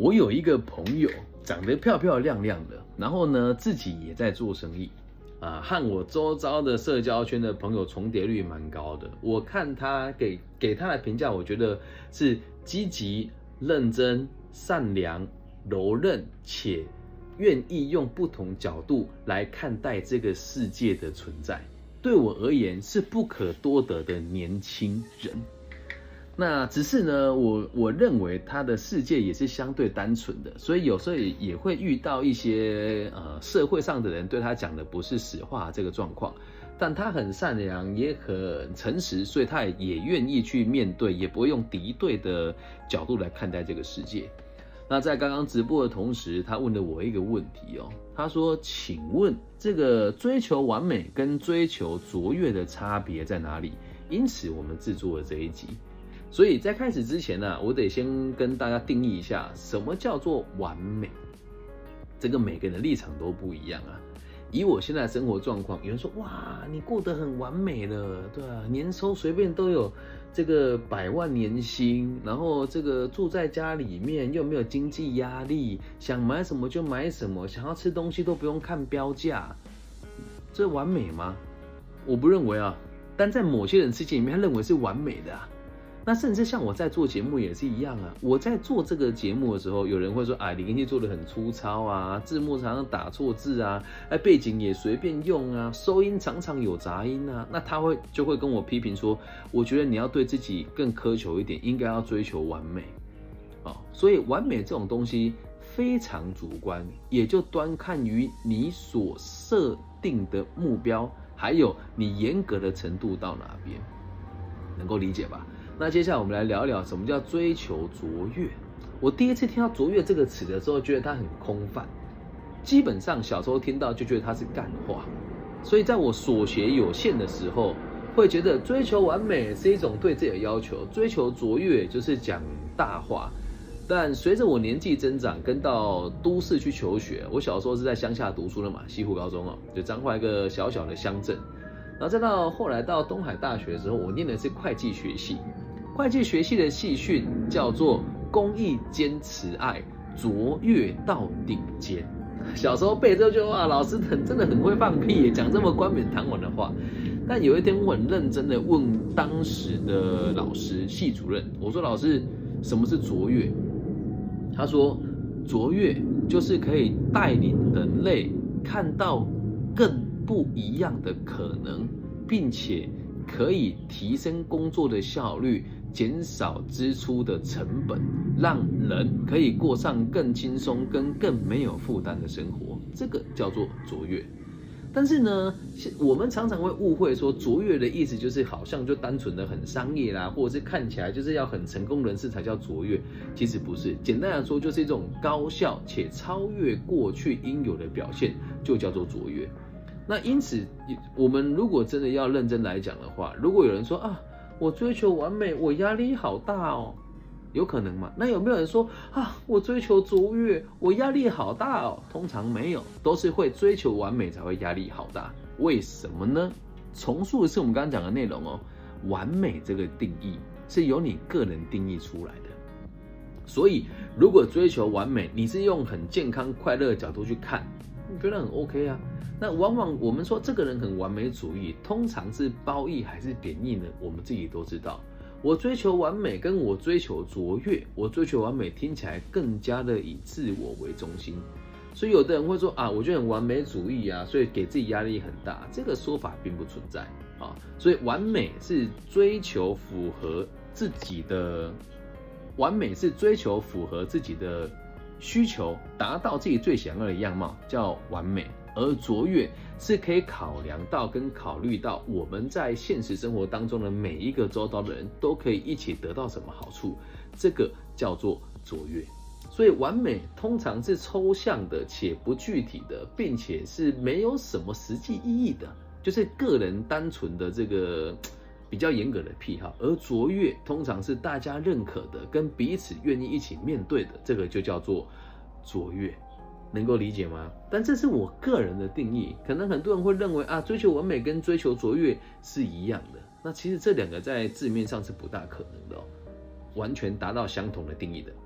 我有一个朋友长得漂漂亮亮的，然后呢自己也在做生意和我周遭的社交圈的朋友重叠率蛮高的。我看他给他的评价，我觉得是积极、认真、善良、柔韧，且愿意用不同角度来看待这个世界的存在。对我而言是不可多得的年轻人。那只是呢，我认为他的世界也是相对单纯的，所以有时候也会遇到一些社会上的人对他讲的不是实话这个状况。但他很善良，也很诚实，所以他也愿意去面对，也不会用敌对的角度来看待这个世界。那在刚刚直播的同时，他问了我一个问题哦，他说：“请问这个追求完美跟追求卓越的差别在哪里？”因此，我们制作了这一集。所以在开始之前呢，我得先跟大家定义一下，什么叫做完美。这个每个人的立场都不一样啊。以我现在的生活状况，有人说：“哇，你过得很完美了，对啊，年收随便都有这个100万年薪，然后这个住在家里面又没有经济压力，想买什么就买什么，想要吃东西都不用看标价，这完美吗？”我不认为啊，但在某些人世界里面，他认为是完美的啊。那甚至像我在做节目也是一样啊，我在做这个节目的时候，有人会说李根基做得很粗糙啊，字幕常常打错字啊，背景也随便用啊，收音常常有杂音啊，那他就会跟我批评说，我觉得你要对自己更苛求一点，应该要追求完美。所以完美这种东西非常主观，也就端看于你所设定的目标，还有你严格的程度到哪边，能够理解吧？那接下来我们来聊一聊什么叫追求卓越。我第一次听到卓越这个词的时候，觉得它很空泛，基本上小时候听到就觉得它是干话，所以在我所学有限的时候，会觉得追求完美是一种对自己的要求，追求卓越就是讲大话。但随着我年纪增长，跟到都市去求学，我小时候是在乡下读书的嘛，西湖高中就彰化一个小小的乡镇，然后再到后来到东海大学的时候，我念的是会计学系。会计学系的系训叫做公益坚持爱，卓越到顶尖。小时候背这句话，老师真的很会放屁耶，讲这么冠冕堂皇的话。但有一天我很认真的问当时的老师系主任，我说：“老师，什么是卓越？”他说：“卓越就是可以带领人类看到更不一样的可能，并且可以提升工作的效率，减少支出的成本，让人可以过上更轻松跟更没有负担的生活，这个叫做卓越。”但是呢，我们常常会误会说卓越的意思就是好像就单纯的很商业啦，或者是看起来就是要很成功人士才叫卓越，其实不是。简单来说，就是一种高效且超越过去应有的表现，就叫做卓越。那因此，我们如果真的要认真来讲的话，如果有人说我追求完美，我压力好大哦，有可能吗？那有没有人说我追求卓越，我压力好大哦？通常没有，都是会追求完美才会压力好大。为什么呢？重述的是我们刚刚讲的内容哦。完美这个定义是由你个人定义出来的，所以如果追求完美，你是用很健康快乐的角度去看，你觉得很 OK 啊。那往往我们说这个人很完美主义，通常是褒义还是贬义呢？我们自己都知道。我追求完美跟我追求卓越，我追求完美听起来更加的以自我为中心，所以有的人会说我觉得很完美主义啊，所以给自己压力很大。这个说法并不存在所以完美是追求符合自己的，完美是追求符合自己的需求，达到自己最想要的样貌，叫完美。而卓越是可以考量到跟考虑到我们在现实生活当中的每一个周遭的人都可以一起得到什么好处，这个叫做卓越。所以完美通常是抽象的且不具体的，并且是没有什么实际意义的，就是个人单纯的这个比较严格的癖好。而卓越通常是大家认可的，跟彼此愿意一起面对的，这个就叫做卓越。能够理解吗？但这是我个人的定义，可能很多人会认为追求完美跟追求卓越是一样的，那其实这两个在字面上是不大可能的完全达到相同的定义的。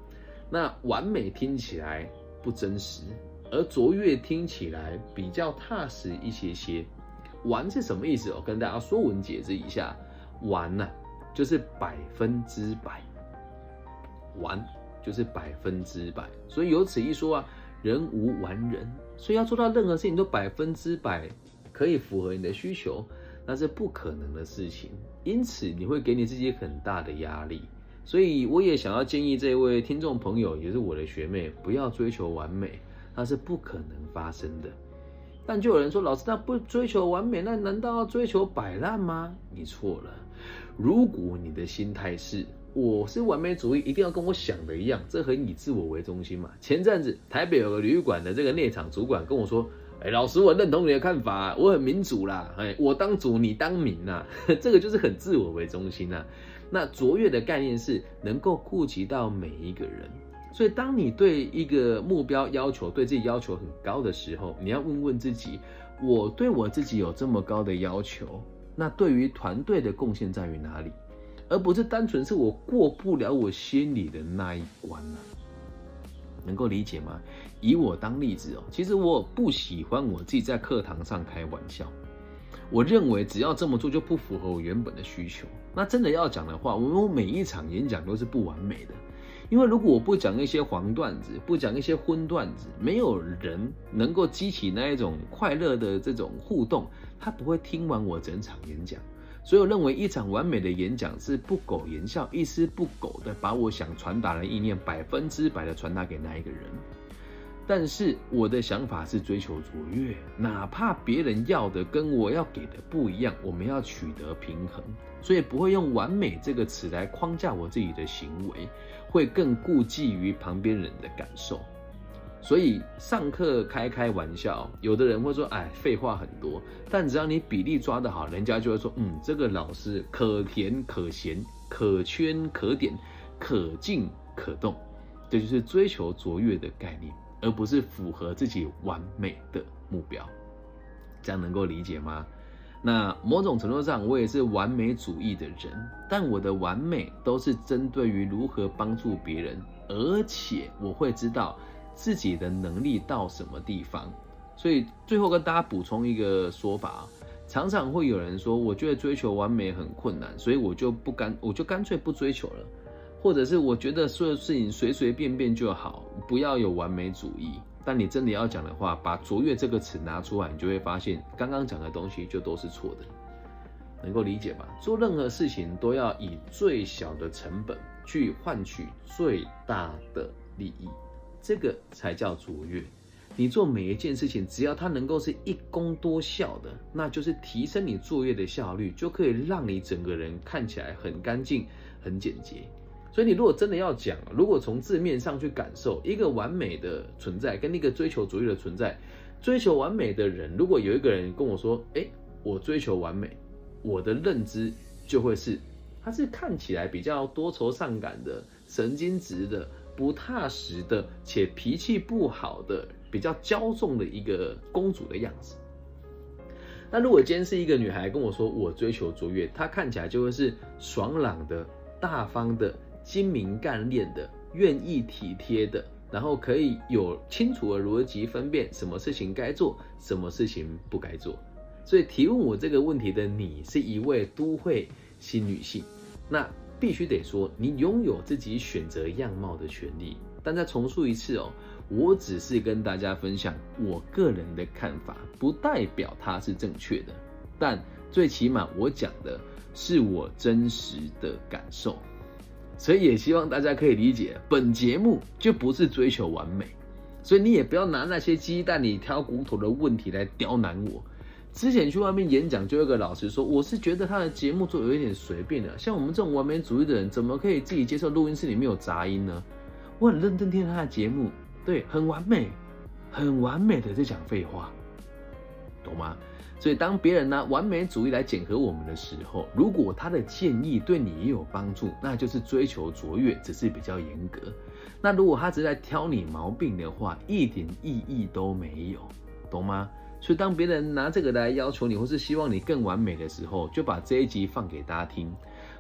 那完美听起来不真实，而卓越听起来比较踏实一些些。完是什么意思？我跟大家说文解字一下，完啊就是100%，完就是100%。所以有此一说啊，人无完人，所以要做到任何事情都100%可以符合你的需求，那是不可能的事情。因此你会给你自己很大的压力。所以我也想要建议这位听众朋友，也是我的学妹，不要追求完美，那是不可能发生的。但就有人说，老师，那不追求完美，那难道要追求摆烂吗？你错了。如果你的心态是我是完美主义，一定要跟我想的一样，这很以自我为中心嘛。前阵子台北有个旅馆的这个内场主管跟我说，老师，我认同你的看法，我很民主啦，我当主你当民啦，这个就是很自我为中心啊。那卓越的概念是能够顾及到每一个人。所以当你对一个目标要求，对自己要求很高的时候，你要问问自己，我对我自己有这么高的要求，那对于团队的贡献在于哪里？而不是单纯是我过不了我心里的那一关啊。能够理解吗？以我当例子其实我不喜欢我自己在课堂上开玩笑，我认为只要这么做就不符合我原本的需求。那真的要讲的话，我每一场演讲都是不完美的。因为如果我不讲一些黄段子，不讲一些荤段子，没有人能够激起那一种快乐的这种互动，他不会听完我整场演讲。所以我认为一场完美的演讲是不苟言笑，一丝不苟的把我想传达的意念100%的传达给那一个人。但是我的想法是追求卓越，哪怕别人要的跟我要给的不一样，我们要取得平衡。所以不会用完美这个词来框架我自己的行为，会更顾忌于旁边人的感受。所以上课开玩笑，有的人会说，废话很多，但只要你比例抓得好，人家就会说，这个老师可甜可咸，可圈可点，可静可动。这就是追求卓越的概念，而不是符合自己完美的目标。这样能够理解吗？那某种程度上，我也是完美主义的人，但我的完美都是针对于如何帮助别人，而且我会知道自己的能力到什么地方。所以最后跟大家补充一个说法，常常会有人说，我觉得追求完美很困难，所以我就干脆不追求了，或者是我觉得所有事情随随便便就好，不要有完美主义。但你真的要讲的话，把卓越这个词拿出来，你就会发现刚刚讲的东西就都是错的。能够理解吧？做任何事情都要以最小的成本去换取最大的利益，这个才叫卓越。你做每一件事情，只要它能够是一功多效的，那就是提升你作业的效率，就可以让你整个人看起来很干净、很简洁。所以你如果真的要讲，如果从字面上去感受一个完美的存在跟一个追求卓越的存在，追求完美的人，如果有一个人跟我说，我追求完美，我的认知就会是，他是看起来比较多愁善感的、神经质的、不踏实的，且脾气不好的、比较骄纵的一个公主的样子。那如果今天是一个女孩跟我说我追求卓越，她看起来就会是爽朗的、大方的、精明干练的、愿意体贴的，然后可以有清楚的逻辑分辨什么事情该做，什么事情不该做。所以提问我这个问题的你是一位都会新女性，那必须得说你拥有自己选择样貌的权利。但再重述一次我只是跟大家分享我个人的看法，不代表它是正确的，但最起码我讲的是我真实的感受。所以也希望大家可以理解，本节目就不是追求完美，所以你也不要拿那些鸡蛋里挑骨头的问题来刁难我。之前去外面演讲，就有个老师说，我是觉得他的节目做有一点随便的，像我们这种完美主义的人，怎么可以自己接受录音室里面有杂音呢？我很认真听他的节目，对，很完美，很完美的在讲废话，懂吗？所以当别人拿完美主义来检核我们的时候，如果他的建议对你也有帮助，那就是追求卓越，只是比较严格。那如果他只是在挑你毛病的话，一点意义都没有，懂吗？所以当别人拿这个来要求你，或是希望你更完美的时候，就把这一集放给大家听。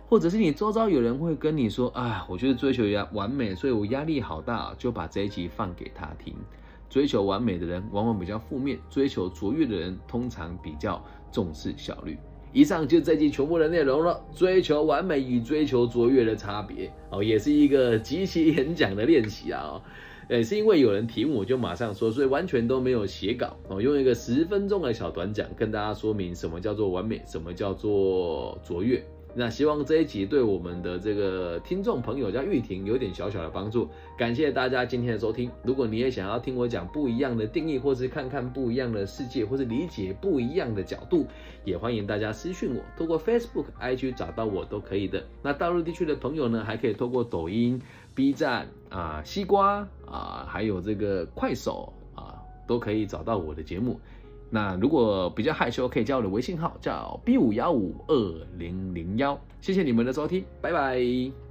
或者是你周遭有人会跟你说啊，我觉得追求完美，所以我压力好大，就把这一集放给他听。追求完美的人往往比较负面，追求卓越的人通常比较重视效率。以上就是这集全部的内容了。追求完美与追求卓越的差别也是一个即席演讲的练习啊是因为有人提问我就马上说，所以完全都没有写稿用一个10分钟的小短讲跟大家说明什么叫做完美，什么叫做卓越。那希望这一集对我们的这个听众朋友叫玉婷有点小小的帮助，感谢大家今天的收听。如果你也想要听我讲不一样的定义，或是看看不一样的世界，或是理解不一样的角度，也欢迎大家私讯我，透过 Facebook、IG 找到我都可以的。那大陆地区的朋友呢，还可以透过抖音、B 站西瓜还有这个快手都可以找到我的节目。那如果比较害羞，可以加我的微信号，叫 B5152001。谢谢你们的收听，拜拜。